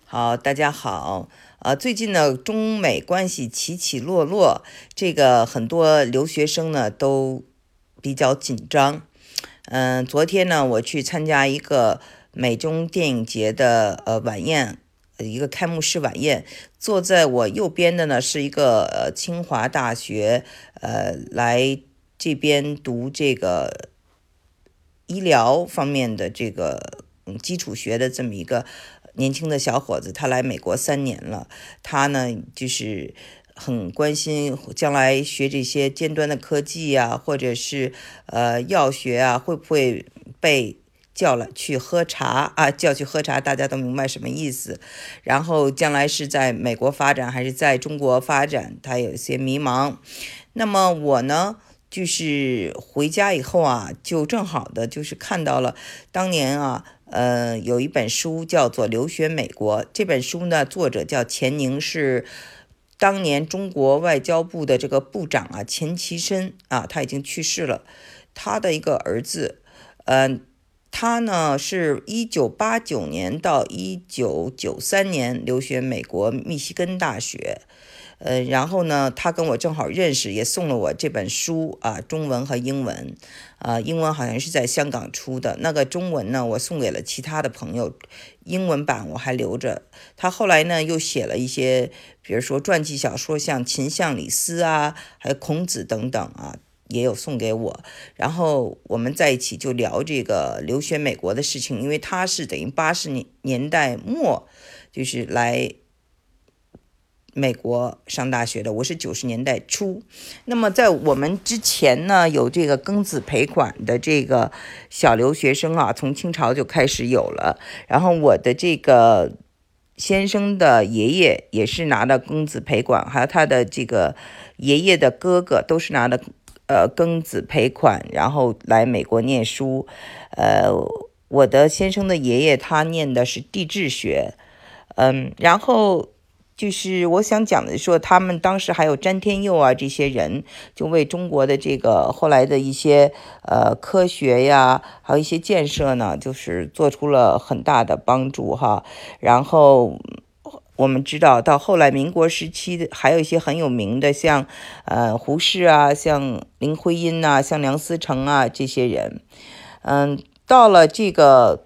好，大家好。最近呢，中美关系起起落落，这个很多留学生呢都比较紧张。昨天呢，我去参加一个美中电影节的晚宴，一个开幕式晚宴。坐在我右边的呢是一个清华大学来这边读这个医疗方面的这个基础学的这么一个年轻的小伙子，他来美国3年了。他呢就是很关心将来学这些尖端的科技啊，或者是药学啊，会不会被叫了去喝茶啊？叫去喝茶，大家都明白什么意思。然后将来是在美国发展还是在中国发展，他有一些迷茫。那么我呢，就是回家以后啊，就正好的就是看到了当年啊，有一本书叫做《留学美国》。这本书呢，作者叫钱宁，是当年中国外交部的这个部长啊，钱其琛啊，他已经去世了。他的一个儿子，他呢是1989年到1993年留学美国密西根大学。然后呢，他跟我正好认识，也送了我这本书啊，中文和英文。英文好像是在香港出的，那个中文呢，我送给了其他的朋友，英文版我还留着。他后来呢，又写了一些，比如说传记小说，像秦相李斯啊，还有孔子等等啊，也有送给我。然后我们在一起就聊这个留学美国的事情，因为他是等于80年代末，就是来美国上大学的，我是90年代初。那么在我们之前呢，有这个庚子赔款的这个小留学生啊，从清朝就开始有了。然后我的这个先生的爷爷也是拿的庚子赔款，还有他的这个爷爷的哥哥都是拿的庚子赔款，然后来美国念书。我的先生的爷爷他念的是地质学。然后就是我想讲的说，他们当时还有詹天佑啊这些人，就为中国的这个后来的一些科学呀，还有一些建设呢，就是做出了很大的帮助哈。然后我们知道，到后来民国时期的还有一些很有名的，像胡适啊，像林徽因啊，像梁思成啊这些人。到了这个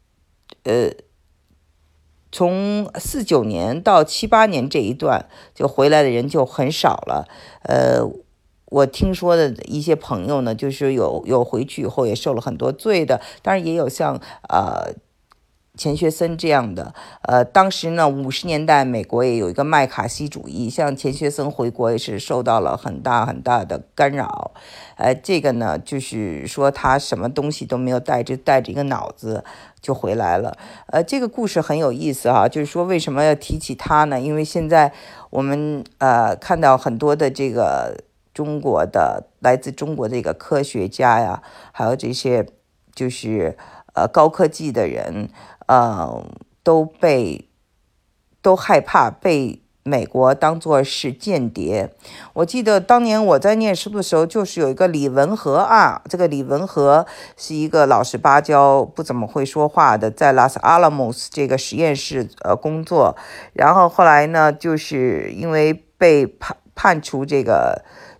从49年到78年这一段，就回来的人就很少了。我听说的一些朋友呢，就是有回去以后也受了很多罪的，当然也有像钱学森这样的。当时呢，50年代美国也有一个麦卡锡主义，像钱学森回国也是受到了很大很大的干扰。这个呢，就是说他什么东西都没有带，就带着一个脑子就回来了。这个故事很有意思哈，就是说为什么要提起他呢？因为现在我们看到很多的这个来自中国的这个科学家呀，还有这些就是高科技的人，都害怕被美国当作是间谍。我记得当年我在念书的时候，就是有一个李文和啊，这个李文和是一个老实巴交、不怎么会说话的，在拉斯阿拉莫斯这个实验室工作。然后后来呢，就是因为被判处这个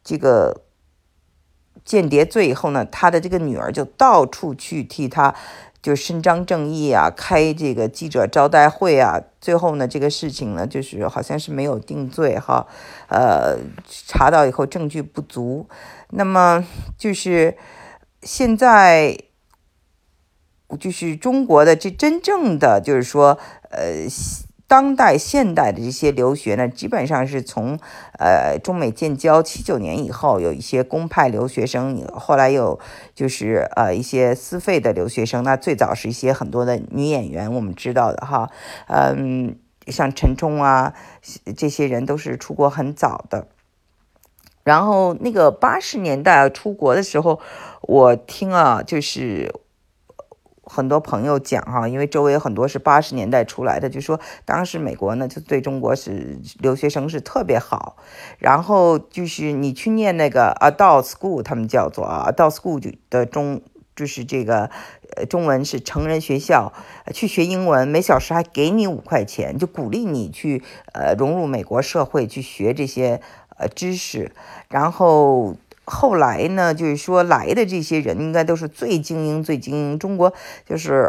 间谍罪以后呢，他的这个女儿就到处去替他就伸张正义啊，开这个记者招待会啊。最后呢，这个事情呢，就是好像是没有定罪哈。查到以后证据不足。那么就是现在就是中国的这真正的就是说当代现代的这些留学呢，基本上是从中美建交79年以后，有一些公派留学生，后来有就是一些私费的留学生。那最早是一些很多的女演员，我们知道的哈。像陈冲啊，这些人都是出国很早的。然后那个80年代出国的时候，我听啊，就是很多朋友讲哈，因为周围有很多是80年代出来的，就说当时美国呢就对中国是留学生是特别好。然后就是你去念那个 adult school，他们叫做adult school 的就是这个中文是成人学校，去学英文，每小时还给你5块钱，就鼓励你去融入美国社会，去学这些知识。然后后来呢，就是说来的这些人应该都是最精英、最精英。中国就是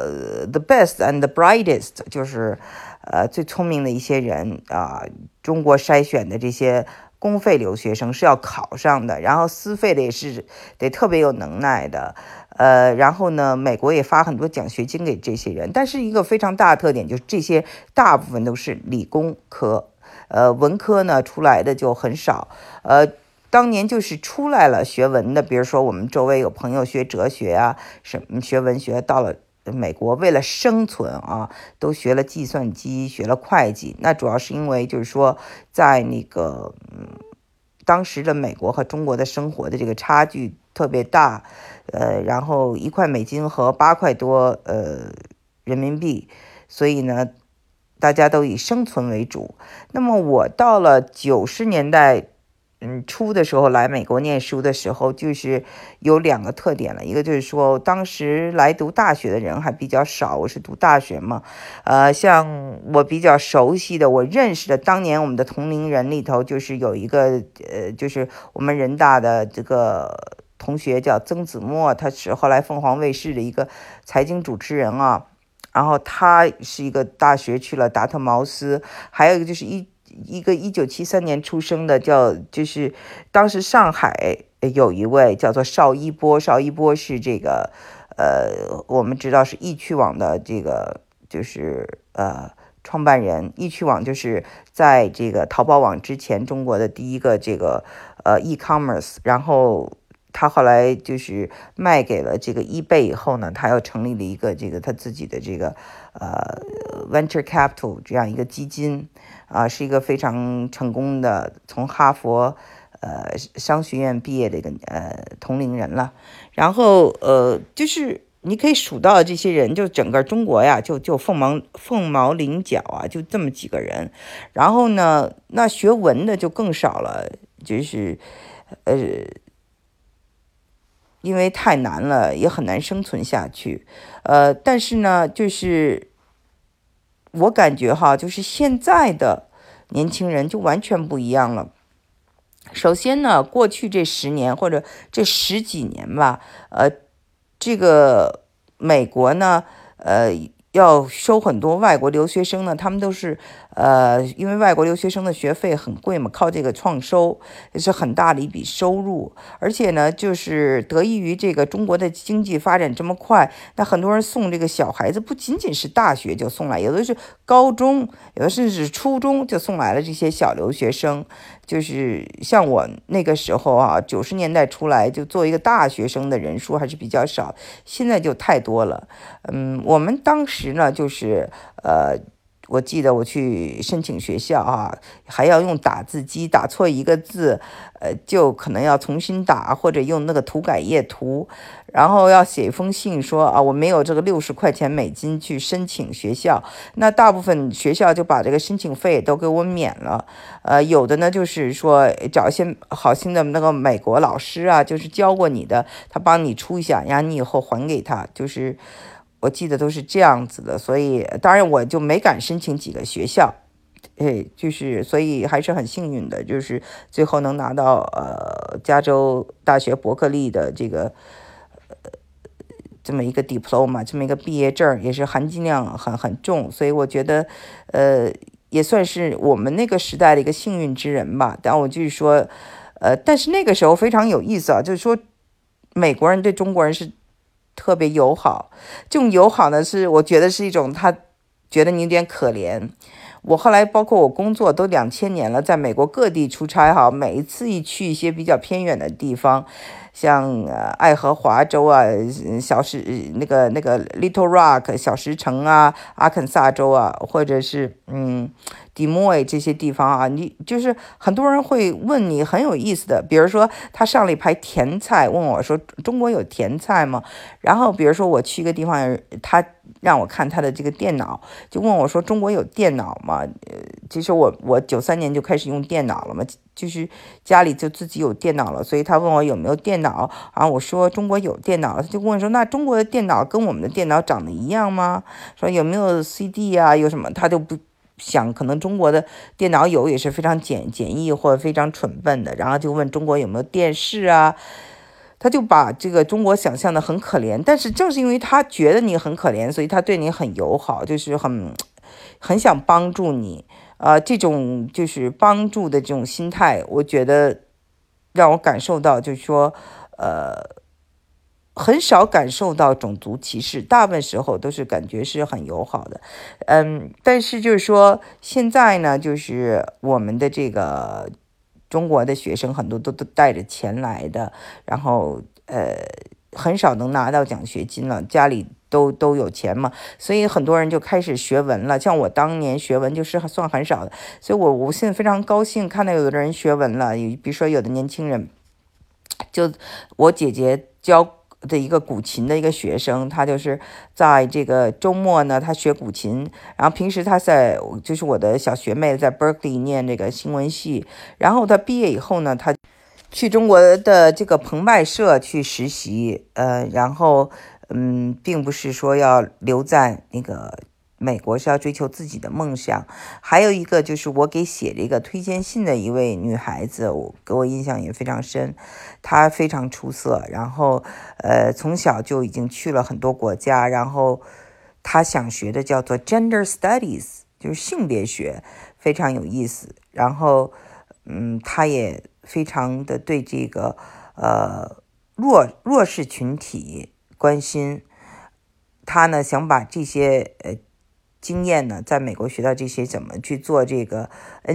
the best and the brightest，就是最聪明的一些人啊。中国筛选的这些公费留学生是要考上的，然后私费的也是得特别有能耐的。然后呢，美国也发很多奖学金给这些人，但是一个非常大的特点就是这些大部分都是理工科，文科呢出来的就很少。当年就是出来了学文的，比如说我们周围有朋友学哲学啊，什么学文学，到了美国为了生存啊，都学了计算机，学了会计。那主要是因为就是说在那个当时的美国和中国的生活的这个差距特别大，然后$1和8块多人民币，所以呢大家都以生存为主。那么我到了90年代初的时候来美国念书的时候，就是有2个特点了。一个就是说当时来读大学的人还比较少，我是读大学嘛，像我比较熟悉的我认识的当年我们的同龄人里头，就是有一个就是我们人大的这个同学叫曾子墨，他是后来凤凰卫视的一个财经主持人啊。然后他是一个大学去了达特茅斯，还有一个就是一个1973年出生的，就是当时上海有一位叫做邵一波，邵一波是这个我们知道是易趣网的这个就是创办人。易趣网就是在这个淘宝网之前中国的第一个这个e-commerce， 然后他后来就是卖给了这个eBay以后呢，他又成立了一个这个他自己的这个venture capital 这样一个基金是一个非常成功的从哈佛商学院毕业的一个同龄人了。然后就是你可以数到这些人，就整个中国呀，就凤毛麟角啊，就这么几个人。然后呢，那学文的就更少了，就是因为太难了，也很难生存下去。但是呢，就是我感觉哈，就是现在的年轻人就完全不一样了。首先呢，过去这10年或者这10几年吧，这个美国呢，要收很多外国留学生呢，他们都是因为外国留学生的学费很贵嘛，靠这个创收也是很大的一笔收入。而且呢，就是得益于这个中国的经济发展这么快，那很多人送这个小孩子，不仅仅是大学就送来，有的是高中，有的甚至是初中就送来了这些小留学生。就是像我那个时候啊，90年代出来就做一个大学生的人数还是比较少，现在就太多了。我们当时呢，就是我记得我去申请学校啊，还要用打字机，打错一个字，就可能要重新打，或者用那个涂改液涂，然后要写一封信说啊，我没有这个60块钱美金去申请学校。那大部分学校就把这个申请费都给我免了。有的呢，就是说找一些好心的那个美国老师啊，就是教过你的，他帮你出一下，然后你以后还给他，就是我记得都是这样子的。所以当然我就没敢申请几个学校，就是所以还是很幸运的，就是最后能拿到加州大学伯克利的这个这么一个 diploma， 这么一个毕业证，也是含金量很重。所以我觉得也算是我们那个时代的一个幸运之人吧。但我就是说但是那个时候非常有意思啊，就是说美国人对中国人是特别友好，这种友好呢，是我觉得是一种他觉得你有点可怜。我后来包括我工作都2000年了，在美国各地出差哈，每一次一去一些比较偏远的地方，像爱荷华州啊，那个 Little Rock 小石城啊，阿肯萨州啊，或者是迪莫伊这些地方啊，你就是很多人会问你很有意思的，比如说他上了一排甜菜，问我说中国有甜菜吗？然后比如说我去一个地方，他让我看他的这个电脑，就问我说中国有电脑吗？其实我93年就开始用电脑了嘛， 就是家里就自己有电脑了，所以他问我有没有电脑啊？我说中国有电脑了，他就问说那中国的电脑跟我们的电脑长得一样吗？说有没有 CD 啊？有什么？他就不想，可能中国的电脑有也是非常简易或者非常蠢笨的，然后就问中国有没有电视啊？他就把这个中国想象的很可怜，但是正是因为他觉得你很可怜，所以他对你很友好，就是很想帮助你。这种就是帮助的这种心态，我觉得让我感受到，就是说，很少感受到种族歧视，大部分时候都是感觉是很友好的。但是就是说，现在呢，就是我们的这个中国的学生很多都带着钱来的，然后很少能拿到奖学金了，家里都有钱嘛，所以很多人就开始学文了。像我当年学文就是算很少的，所以我现在非常高兴看到有的人学文了，比如说有的年轻人，就我姐姐教的一个古琴的一个学生，他就是在这个周末呢，他学古琴，然后平时他就是我的小学妹在 Berkeley 念这个新闻系，然后他毕业以后呢，他去中国的这个澎湃社去实习，然后并不是说要留在那个美国，是要追求自己的梦想。还有一个就是我给写这个推荐信的一位女孩子，给我印象也非常深，她非常出色，然后从小就已经去了很多国家，然后她想学的叫做 Gender Studies， 就是性别学，非常有意思。然后她也非常的对这个弱势群体关心，他呢想把这些经验呢，在美国学到这些怎么去做这个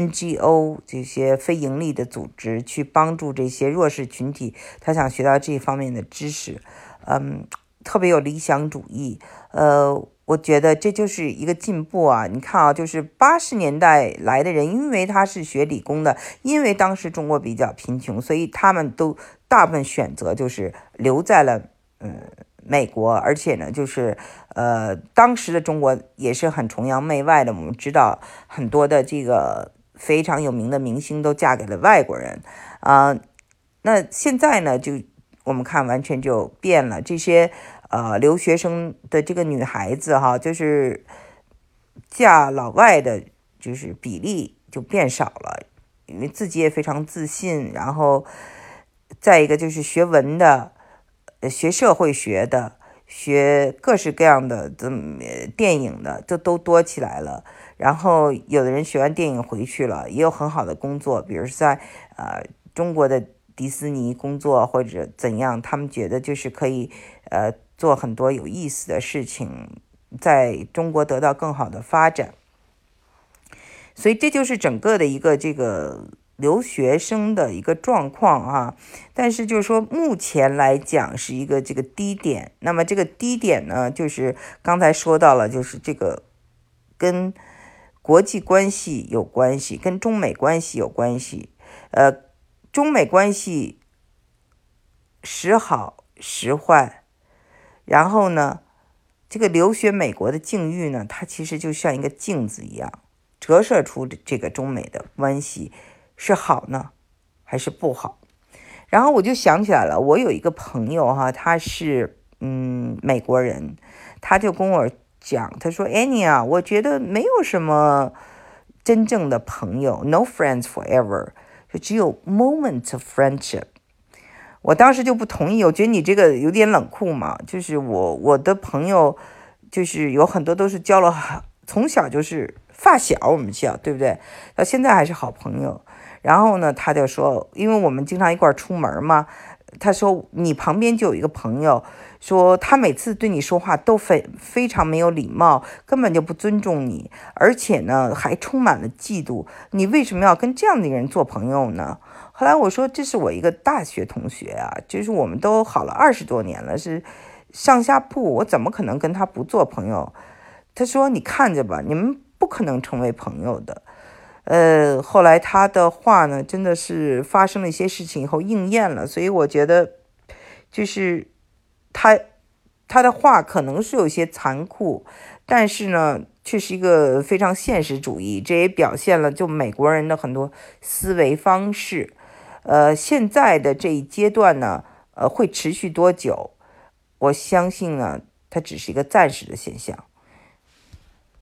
NGO 这些非盈利的组织，去帮助这些弱势群体，他想学到这方面的知识，特别有理想主义，我觉得这就是一个进步啊！你看啊，就是80年代来的人，因为他是学理工的，因为当时中国比较贫穷，所以他们都大部分选择就是留在了美国，而且呢，就是当时的中国也是很崇洋媚外的。我们知道很多的这个非常有名的明星都嫁给了外国人那现在呢，就我们看完全就变了。这些留学生的这个女孩子哈，就是嫁老外的，就是比例就变少了，因为自己也非常自信，然后再一个就是学文的。学社会学的，学各式各样的电影的，这都多起来了。然后有的人学完电影回去了，也有很好的工作，比如在中国的迪士尼工作或者怎样，他们觉得就是可以做很多有意思的事情，在中国得到更好的发展。所以这就是整个的一个这个留学生的一个状况啊，但是就是说目前来讲是一个这个低点。那么这个低点呢，就是刚才说到了，就是这个跟国际关系有关系，跟中美关系有关系。中美关系时好时坏，然后呢，这个留学美国的境遇呢，它其实就像一个镜子一样，折射出这个中美的关系是好呢，还是不好？然后我就想起来了，我有一个朋友哈，他是美国人，他就跟我讲，他说 Annie 啊，我觉得没有什么真正的朋友 ，no friends forever， 就只有 moment of friendship。我当时就不同意，我觉得你这个有点冷酷嘛，就是我的朋友就是有很多都是交了从小就是发小，我们叫对不对？到现在还是好朋友。然后呢，他就说，因为我们经常一块儿出门嘛，他说你旁边就有一个朋友，说他每次对你说话都非常没有礼貌，根本就不尊重你，而且呢还充满了嫉妒。你为什么要跟这样的一个人做朋友呢？后来我说，这是我一个大学同学啊，就是我们都好了20多年了，是上下铺，我怎么可能跟他不做朋友？他说你看着吧，你们不可能成为朋友的。后来他的话呢，真的是发生了一些事情以后应验了，所以我觉得就是他的话可能是有些残酷，但是呢， 却是一个非常现实主义，这也表现了就美国人的很多思维方式。现在的这一阶段呢，会持续多久？我相信呢，它只是一个暂时的现象。